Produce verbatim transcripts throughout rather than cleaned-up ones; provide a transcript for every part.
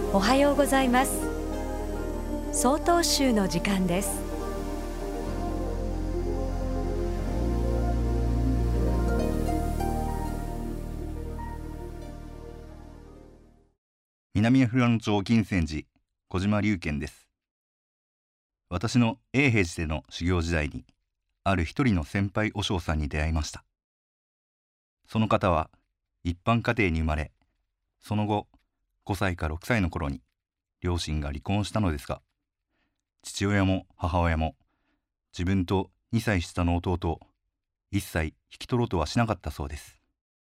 おはようございます。曹洞宗の時間です。 南富良野町金泉寺小島隆賢です。私の永平寺での修行時代にある一人の先輩和尚さんに出会いました。その方は一般家庭に生まれ、その後ごさいかろくさいの頃に両親が離婚したのですが、父親も母親も自分とにさい下の弟を一切引き取ろうとはしなかったそうです。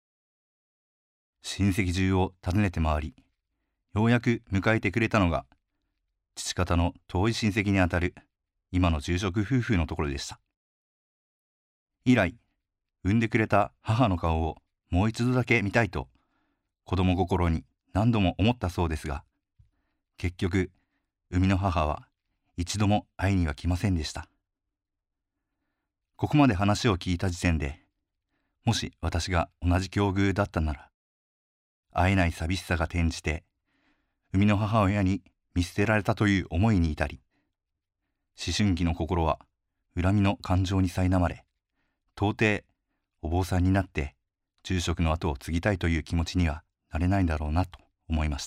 親戚中を訪ねて回り、ようやく迎えてくれたのが父方の遠い親戚にあたる今の住職夫婦のところでした。以来、産んでくれた母の顔をもう一度だけ見たいと子供心に何度も思ったそうですが、結局生みの母は一度も会いには来ませんでした。ここまで話を聞いた時点で、もし私が同じ境遇だったなら、会えない寂しさが転じて生みの母親に見捨てられたという思いに至り、思春期の心は恨みの感情に苛まれ、到底お坊さんになって住職の後を継ぎたいという気持ちにはなれないんだろうなと思いました。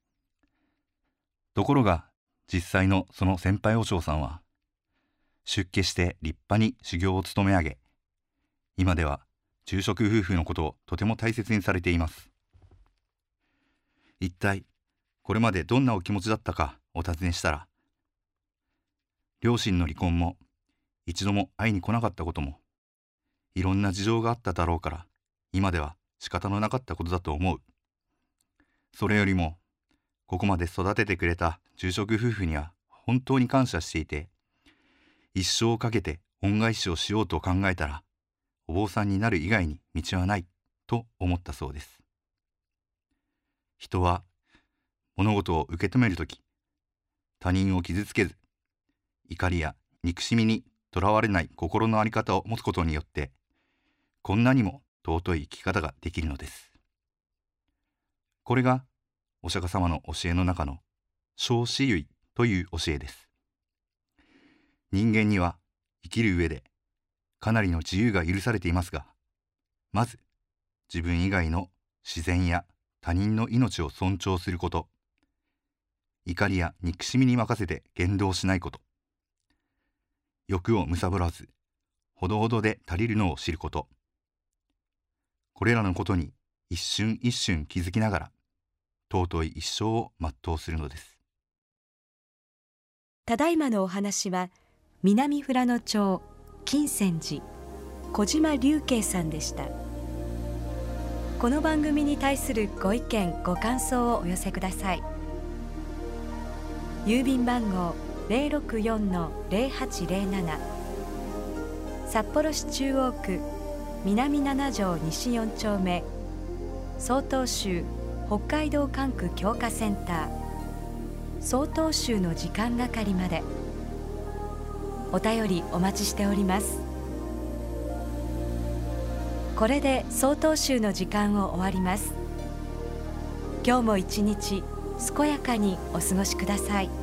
ところが実際のその先輩和尚さんは出家して立派に修行を務め上げ、今では住職夫婦のことをとても大切にされています。一体これまでどんなお気持ちだったかお尋ねしたら、両親の離婚も一度も会いに来なかったことも、いろんな事情があっただろうから今では仕方のなかったことだと思う。それよりもここまで育ててくれた住職夫婦には本当に感謝していて、一生をかけて恩返しをしようと考えたらお坊さんになる以外に道はないと思ったそうです。人は物事を受け止めるとき、他人を傷つけず、怒りや憎しみにとらわれない心の在り方を持つことによって、こんなにも尊い生き方ができるのです。これがお釈迦様の教えの中の生死唯という教えです。人間には生きる上でかなりの自由が許されていますが、まず自分以外の自然や他人の命を尊重すること、怒りや憎しみに任せて言動しないこと、欲を貪らずほどほどで足りるのを知ること、これらのことに一瞬一瞬気づきながら尊い一生を全うするのです。 ただいまのお話は南富良野町金泉寺小島隆慶さんでした。この番組に対するご意見ご感想をお寄せください。郵便番号 ゼロろくよんのゼロはちゼロなな、 札幌市中央区南なな条西よん丁目、曹洞宗北海道管区教化センター曹洞宗の時間係まで。お便りお待ちしております。これで曹洞宗の時間を終わります。今日も一日健やかにお過ごしください。